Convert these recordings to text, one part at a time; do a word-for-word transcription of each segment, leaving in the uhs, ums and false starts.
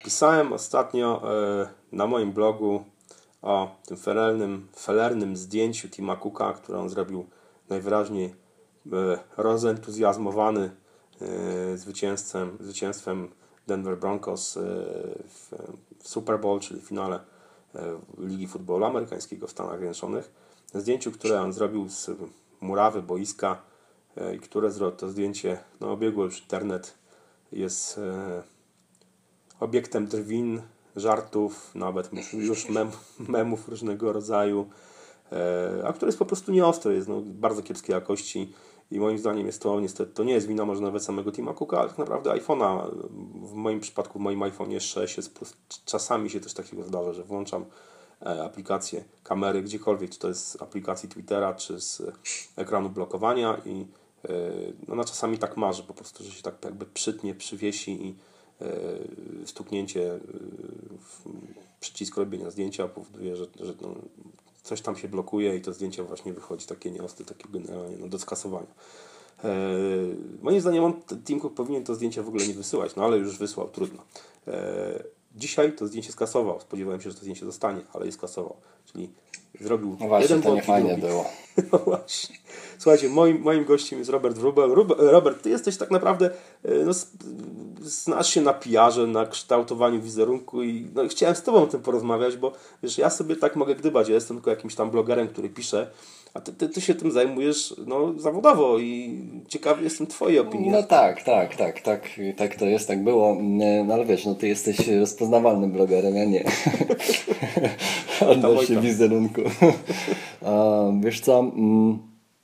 Pisałem ostatnio na moim blogu o tym felernym, felernym zdjęciu Tima Cooka, które on zrobił najwyraźniej rozentuzjazmowany zwycięstwem, zwycięstwem Denver Broncos w, w Super Bowl, czyli w finale Ligi Futbolu Amerykańskiego w Stanach Zjednoczonych. Zdjęciu, które on zrobił z murawy boiska i które to zdjęcie no, obiegło już internet, jest obiektem drwin, żartów, nawet już mem, memów różnego rodzaju, a które jest po prostu nieostre, jest no, bardzo kiepskiej jakości i moim zdaniem jest to niestety, to nie jest wina może nawet samego Tima Cooka, ale tak naprawdę iPhone'a, w moim przypadku w moim iPhone'ie sześć jest, czasami się też takiego zdarza, że włączam aplikację kamery gdziekolwiek, czy to jest z aplikacji Twittera, czy z ekranu blokowania i no, no czasami tak ma, że po prostu, że się tak jakby przytnie, przywiesi i stuknięcie w przycisk robienia zdjęcia powoduje, że, że no, coś tam się blokuje i to zdjęcie właśnie wychodzi takie nieostre, takie generalnie no, do skasowania. Eee, moim zdaniem on, Tim Cook powinien to zdjęcie w ogóle nie wysyłać, no ale już wysłał, trudno. Eee, dzisiaj to zdjęcie skasował, spodziewałem się, że to zdjęcie zostanie, ale je skasował, czyli zrobił no właśnie, jeden to błąd nie fajnie było. No właśnie. Słuchajcie, moim, moim gościem jest Robert Wróbel. Robert, ty jesteś tak naprawdę, no, znasz się na P R-ze, na kształtowaniu wizerunku i no, chciałem z tobą o tym porozmawiać, bo wiesz, ja sobie tak mogę gdybać, ja jestem tylko jakimś tam blogerem, który pisze, a ty, ty, ty się tym zajmujesz no, zawodowo i ciekawy jestem twojej opinii. No tak, tak, tak, tak, tak to jest, tak było, no ale wiesz, no ty jesteś rozpoznawalnym blogerem, ja nie. Odnośnie wizerunku. A, wiesz co, mm,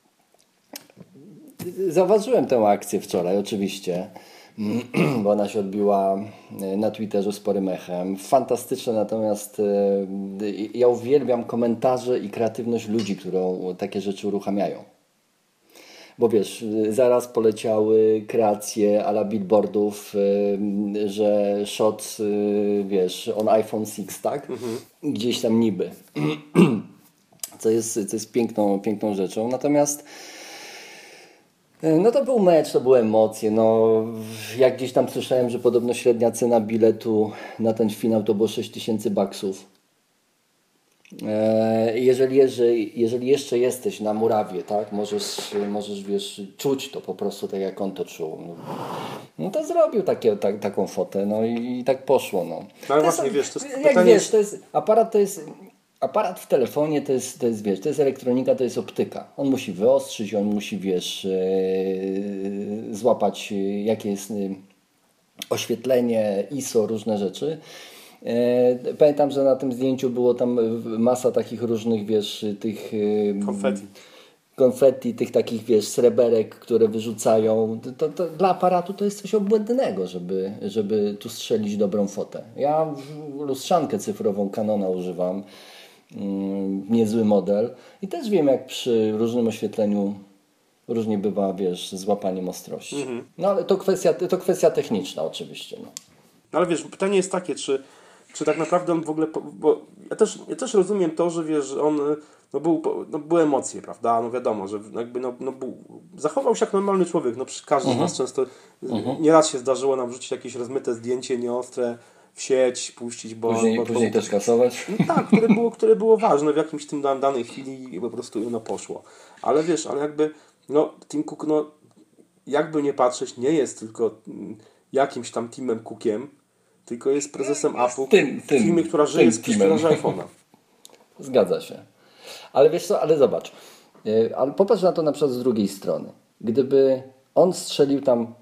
zauważyłem tę akcję wczoraj, oczywiście, bo ona się odbiła na Twitterze sporym echem. Fantastyczne, natomiast ja uwielbiam komentarze i kreatywność ludzi, którą takie rzeczy uruchamiają. Bo wiesz, zaraz poleciały kreacje a la billboardów, że shot, wiesz, on iPhone six, tak? Mhm. Gdzieś tam niby. Co jest, co jest piękną, piękną rzeczą. Natomiast no to był mecz, to były emocje. No, jak gdzieś tam słyszałem, że podobno średnia cena biletu na ten finał to było sześć tysięcy baksów. Jeżeli, jeżeli, jeżeli jeszcze jesteś na murawie, tak, możesz, możesz wiesz, czuć to po prostu tak jak on to czuł. No to zrobił takie, tak, taką fotę, no i, i tak poszło. No. Ale właśnie wiesz, to jest jak pytanie... wiesz, to jest, aparat to jest, aparat w telefonie to jest, to jest, wiesz, to jest elektronika, to jest optyka. On musi wyostrzyć, on musi, wiesz, yy, złapać jakie jest yy, oświetlenie, I S O, różne rzeczy. Pamiętam, że na tym zdjęciu było tam masa takich różnych, wiesz, tych konfetti, konfetti tych takich, wiesz, sreberek, które wyrzucają. To, to, dla aparatu to jest coś obłędnego, żeby, żeby tu strzelić dobrą fotę. Ja lustrzankę cyfrową Canona używam, mm, niezły model i też wiem, jak przy różnym oświetleniu różnie bywa, wiesz, z łapaniem ostrości. Mhm. No ale to kwestia, to kwestia techniczna oczywiście. No. No ale wiesz, pytanie jest takie, czy Czy tak naprawdę on w ogóle, bo ja też, ja też rozumiem to, że wiesz, że on, no, był, no były emocje, prawda, no wiadomo, że jakby, no, no był, zachował się jak normalny człowiek, no przecież każdy z nas często, uh-huh. nieraz się zdarzyło nam wrzucić jakieś rozmyte zdjęcie, nieostre w sieć, puścić, bo... Później, bo, później bo, też kasować. No tak, które było, które było ważne w jakimś tym danej chwili i po prostu no poszło. Ale wiesz, ale jakby, no Tim Cook, no jakby nie patrzeć, nie jest tylko jakimś tam Timem Cookiem, tylko jest prezesem Apple, tym, tym, firmy, która żyje z sprzedaży iPhone'a. Zgadza się. Ale wiesz co, ale zobacz. Ale popatrz na to na przykład z drugiej strony. Gdyby on strzelił tam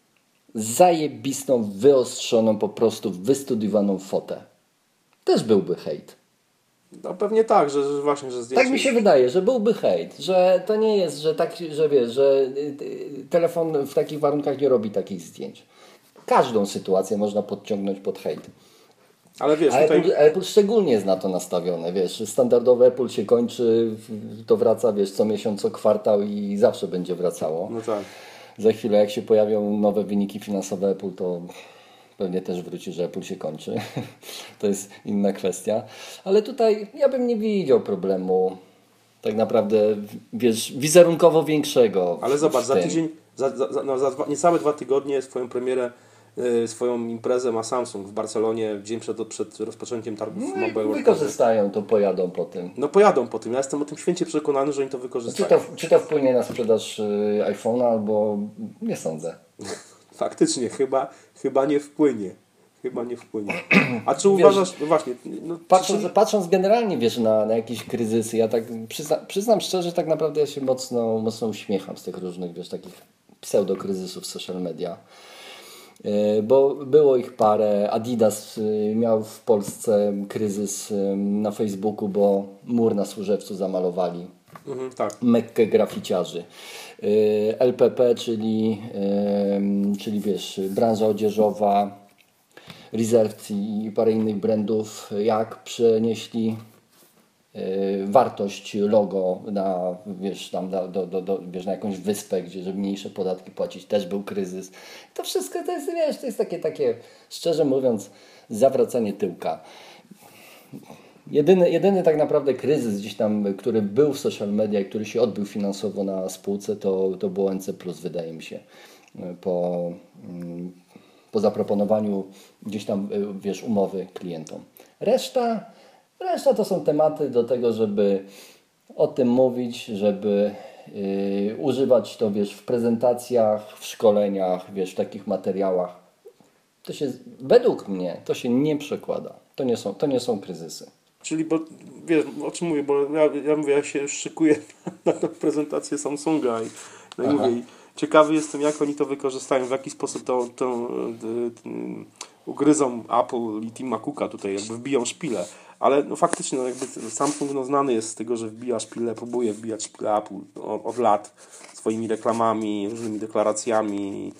zajebistą, wyostrzoną, po prostu wystudiowaną fotę, też byłby hejt. No pewnie tak, że, że właśnie, że zdjęcie... Tak mi się wydaje, że byłby hejt, że to nie jest, że tak, że wiesz, że telefon w takich warunkach nie robi takich zdjęć. Każdą sytuację można podciągnąć pod hejt. Ale wiesz, Ale tutaj... Apple, Apple szczególnie jest na to nastawione, wiesz, standardowy Apple się kończy, to wraca, wiesz, co miesiąc, co kwartał i zawsze będzie wracało. No tak. Za chwilę, jak się pojawią nowe wyniki finansowe Apple, to pewnie też wróci, że Apple się kończy. To jest inna kwestia. Ale tutaj ja bym nie widział problemu tak naprawdę, wiesz, wizerunkowo większego. Ale zobacz, za tydzień, za, za, no, za dwa, niecałe dwa tygodnie swoją premierę y, swoją imprezę ma Samsung w Barcelonie dzień przed, przed rozpoczęciem targów No Mobile i World wykorzystają, to pojadą po tym. No pojadą po tym. Ja jestem o tym święcie przekonany, że oni to Czy wykorzystają. to, czy to wpłynie na sprzedaż y, iPhone'a, albo nie sądzę. Faktycznie, chyba, chyba nie wpłynie. Chyba nie wpłynie. A czy uważasz, no właśnie... No, Patrząc, czy... patrząc generalnie, wiesz, na, na jakieś kryzysy, ja tak przyzna, przyznam szczerze, tak naprawdę ja się mocno, mocno uśmiecham z tych różnych, wiesz, takich pseudokryzysów social media. Yy, bo było ich parę. Adidas yy, miał w Polsce kryzys yy, na Facebooku, bo mur na Służewcu zamalowali. Mhm, tak. Mekkę graficiarzy. Yy, L P P, czyli, yy, czyli wiesz, branża odzieżowa, Reserved i parę innych brandów, jak przenieśli yy, wartość logo na, wiesz, tam do, do, do, do, wiesz, na jakąś wyspę, gdzie żeby mniejsze podatki płacić, też był kryzys. To wszystko to jest, wiesz, to jest takie, takie szczerze mówiąc, zawracanie tyłka. Jedyny, jedyny tak naprawdę kryzys gdzieś tam, który był w social media i który się odbył finansowo na spółce, to, to było N C plus, wydaje mi się, po, po zaproponowaniu gdzieś tam, wiesz, umowy klientom. Reszta, reszta to są tematy do tego, żeby o tym mówić, żeby yy, używać to, wiesz, w prezentacjach, w szkoleniach, wiesz, w takich materiałach. To się, według mnie, to się nie przekłada. To nie są, to nie są kryzysy. Czyli, bo wiesz, o czym mówię, bo ja, ja mówię, ja się szykuję na tę prezentację Samsunga i, no i mówię, i ciekawy jestem, jak oni to wykorzystają, w jaki sposób to, to, to, to ugryzą Apple i Tima Cooka tutaj, jakby wbiją szpilę. Ale no faktycznie, no jakby Samsung no, znany jest z tego, że wbija szpilę, próbuje wbijać szpilę Apple od, od lat swoimi reklamami, różnymi deklaracjami.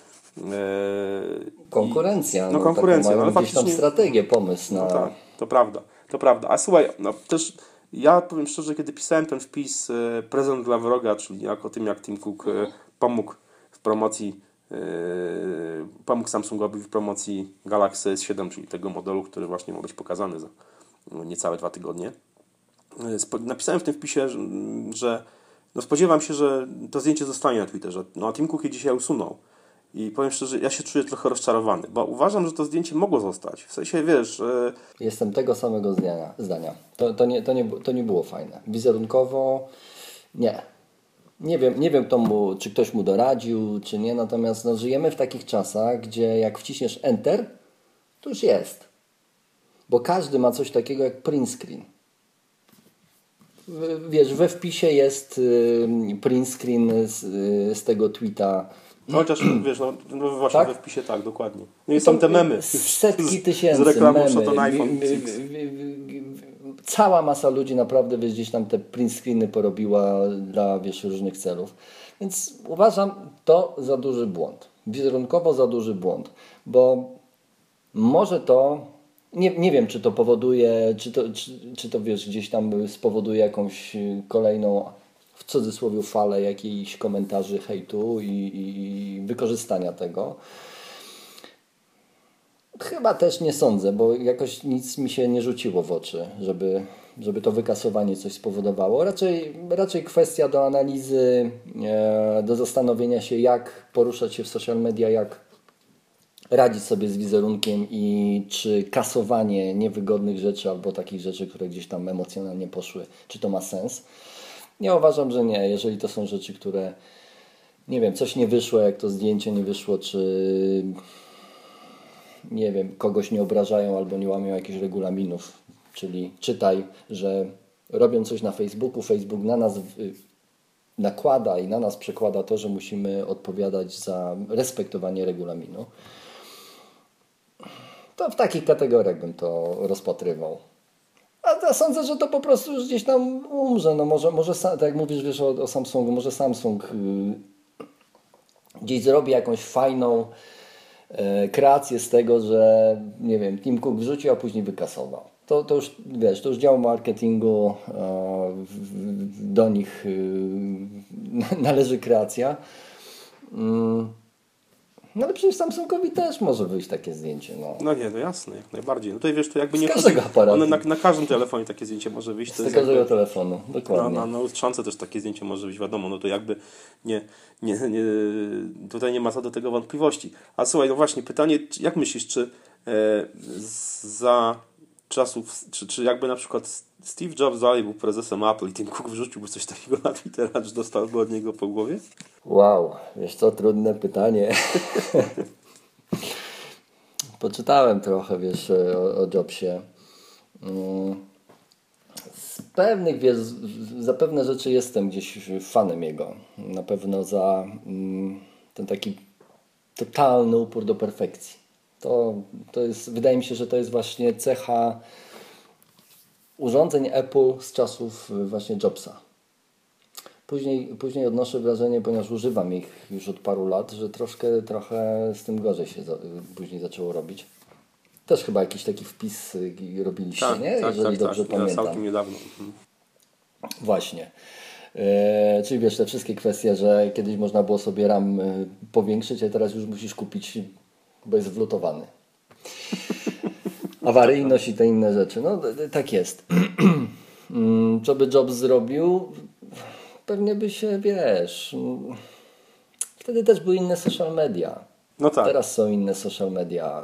E, konkurencja. I, no, no konkurencja, no, ale faktycznie gdzieś tam strategię, pomysł na... No tak, to prawda, to prawda. A słuchaj, no też ja powiem szczerze, kiedy pisałem ten wpis e, prezent dla wroga, czyli jak o tym, jak Tim Cook e, pomógł w promocji, e, pomógł Samsungowi w promocji Galaxy S siedem, czyli tego modelu, który właśnie ma być pokazany za no, niecałe dwa tygodnie. E, spo, napisałem w tym wpisie, że, że no spodziewam się, że to zdjęcie zostanie na Twitterze. No a Tim Cook je dzisiaj usunął. I powiem szczerze, ja się czuję trochę rozczarowany, bo uważam, że to zdjęcie mogło zostać. W sensie, wiesz... Yy... Jestem tego samego zdania. zdania. To, to, nie, to, nie, to nie było fajne. Wizerunkowo nie. Nie wiem, nie wiem kto mu, czy ktoś mu doradził, czy nie, natomiast no, żyjemy w takich czasach, gdzie jak wciśniesz Enter, to już jest. Bo każdy ma coś takiego jak print screen. Wiesz, we wpisie jest yy, print screen z, yy, z tego tweeta. No, chociaż wiesz, no, no właśnie tak? we wpisie tak, dokładnie. No i są te memy. Setki tysięcy z reklamą memy. Shot on iPhone. Cała masa ludzi naprawdę, wiesz, gdzieś tam te print screeny porobiła dla, wiesz, różnych celów. Więc uważam to za duży błąd. Wizerunkowo za duży błąd. Bo może to, nie, nie wiem, czy to powoduje, czy to, czy, czy to wiesz, gdzieś tam spowoduje jakąś kolejną, w cudzysłowie, falę jakichś komentarzy, hejtu i, i wykorzystania tego. Chyba też nie sądzę, bo jakoś nic mi się nie rzuciło w oczy, żeby, żeby to wykasowanie coś spowodowało. Raczej, raczej kwestia do analizy, e, do zastanowienia się, jak poruszać się w social media, jak radzić sobie z wizerunkiem i czy kasowanie niewygodnych rzeczy albo takich rzeczy, które gdzieś tam emocjonalnie poszły, czy to ma sens. Ja uważam, że nie. Jeżeli to są rzeczy, które, nie wiem, coś nie wyszło, jak to zdjęcie nie wyszło, czy nie wiem, kogoś nie obrażają albo nie łamią jakichś regulaminów, czyli czytaj, że robią coś na Facebooku, Facebook na nas nakłada i na nas przekłada to, że musimy odpowiadać za respektowanie regulaminu. To w takich kategoriach bym to rozpatrywał. A ja sądzę, że to po prostu już gdzieś tam umrze. No może, może tak jak mówisz, wiesz o, o Samsungu, może Samsung yy, gdzieś zrobi jakąś fajną yy, kreację z tego, że nie wiem, Tim Cook wrzucił, a później wykasował. To, to już, wiesz, to już dział marketingu, yy, w, do nich yy, należy kreacja. Yy. No ale przecież Samsungowi też może wyjść takie zdjęcie. No, No nie, no jasne, jak najbardziej. No tutaj wiesz, to jakby z nie... każdego aparatu. One na, na każdym telefonie takie zdjęcie może wyjść. To Z jest każdego jakby, telefonu, dokładnie. na, na, na lustrzance też takie zdjęcie może być, wiadomo, no to jakby nie, nie, nie, tutaj nie ma co do tego wątpliwości. A słuchaj, no właśnie, pytanie, jak myślisz, czy e, za czasów, czy, czy jakby na przykład Steve Jobs dalej był prezesem Apple i Tim Cook wrzuciłby coś takiego na Twittera, czy dostałby od niego po głowie? Wow, wiesz co, trudne pytanie. Poczytałem trochę, wiesz, o, o Jobsie. Z pewnych, wiesz, za pewne rzeczy jestem gdzieś fanem jego. Na pewno za ten taki totalny upór do perfekcji. To, to jest, wydaje mi się, że to jest właśnie cecha urządzeń Apple z czasów właśnie Jobsa. Później, później odnoszę wrażenie, ponieważ używam ich już od paru lat, że troszkę, trochę z tym gorzej się za, później zaczęło robić. Też chyba jakiś taki wpis robiliście, Tak, nie? tak, Jeżeli tak, dobrze tak. pamiętam. Całkiem niedawno. Mhm. Właśnie. E, czyli wiesz, te wszystkie kwestie, że kiedyś można było sobie RAM powiększyć, a teraz już musisz kupić, bo jest wlutowany. Awaryjność i te inne rzeczy. No tak jest. Co by Jobs zrobił? Pewnie by się, wiesz... Wtedy też były inne social media. No tak. Teraz są inne social media.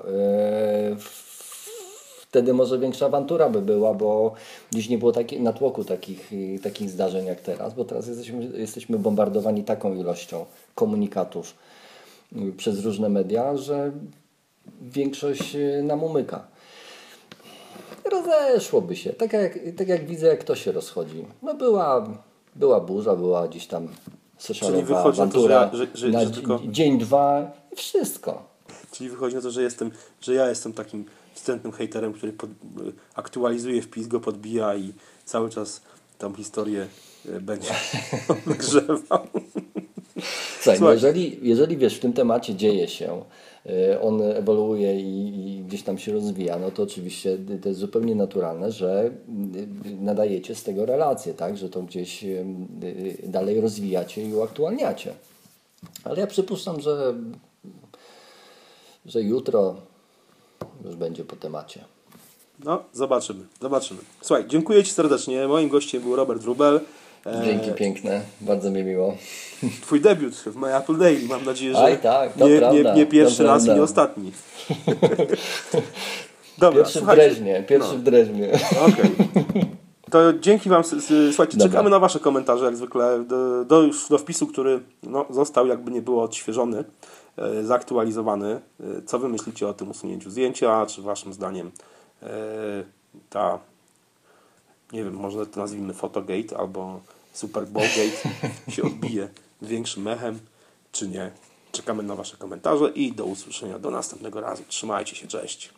Wtedy może większa awantura by była, bo dziś nie było taki, natłoku takich, takich zdarzeń jak teraz, bo teraz jesteśmy, jesteśmy bombardowani taką ilością komunikatów przez różne media, że większość nam umyka. Rozeszłoby się. Tak jak, tak jak widzę, jak to się rozchodzi. No była, była burza, była gdzieś tam socialowa awantura to, że, że, że, na że tylko... dzień, dwa i wszystko. Czyli wychodzi na to, że jestem, że ja jestem takim wstrętnym hejterem, który pod, aktualizuje wpis, go podbija i cały czas tam historię będzie odgrzewał. Słuchaj, no jeżeli, jeżeli wiesz, w tym temacie dzieje się, on ewoluuje i, i gdzieś tam się rozwija, no to oczywiście to jest zupełnie naturalne, że nadajecie z tego relacje, tak, że to gdzieś dalej rozwijacie i uaktualniacie. Ale ja przypuszczam, że, że jutro już będzie po temacie. No, zobaczymy, zobaczymy. Słuchaj, dziękuję Ci serdecznie. Moim gościem był Robert Wróbel. Dzięki piękne, bardzo mi miło. Twój debiut w My Apple Daily. Mam nadzieję, że Aj, tak, to nie, prawda, nie, nie pierwszy to raz prawda. i nie ostatni. Dobra, pierwszy w Dreźnie, pierwszy no. w Dreźnie. Okej. Okay. To dzięki Wam. Słuchajcie, Dobra. czekamy na Wasze komentarze, jak zwykle, do, do, już do wpisu, który no, został, jakby nie było, odświeżony, e, zaktualizowany. E, co Wy myślicie o tym usunięciu zdjęcia? Czy Waszym zdaniem e, ta, nie wiem, może to nazwijmy Photogate albo Super Bowl Gate się odbije większym echem, czy nie? Czekamy na Wasze komentarze i do usłyszenia do następnego razu. Trzymajcie się, cześć.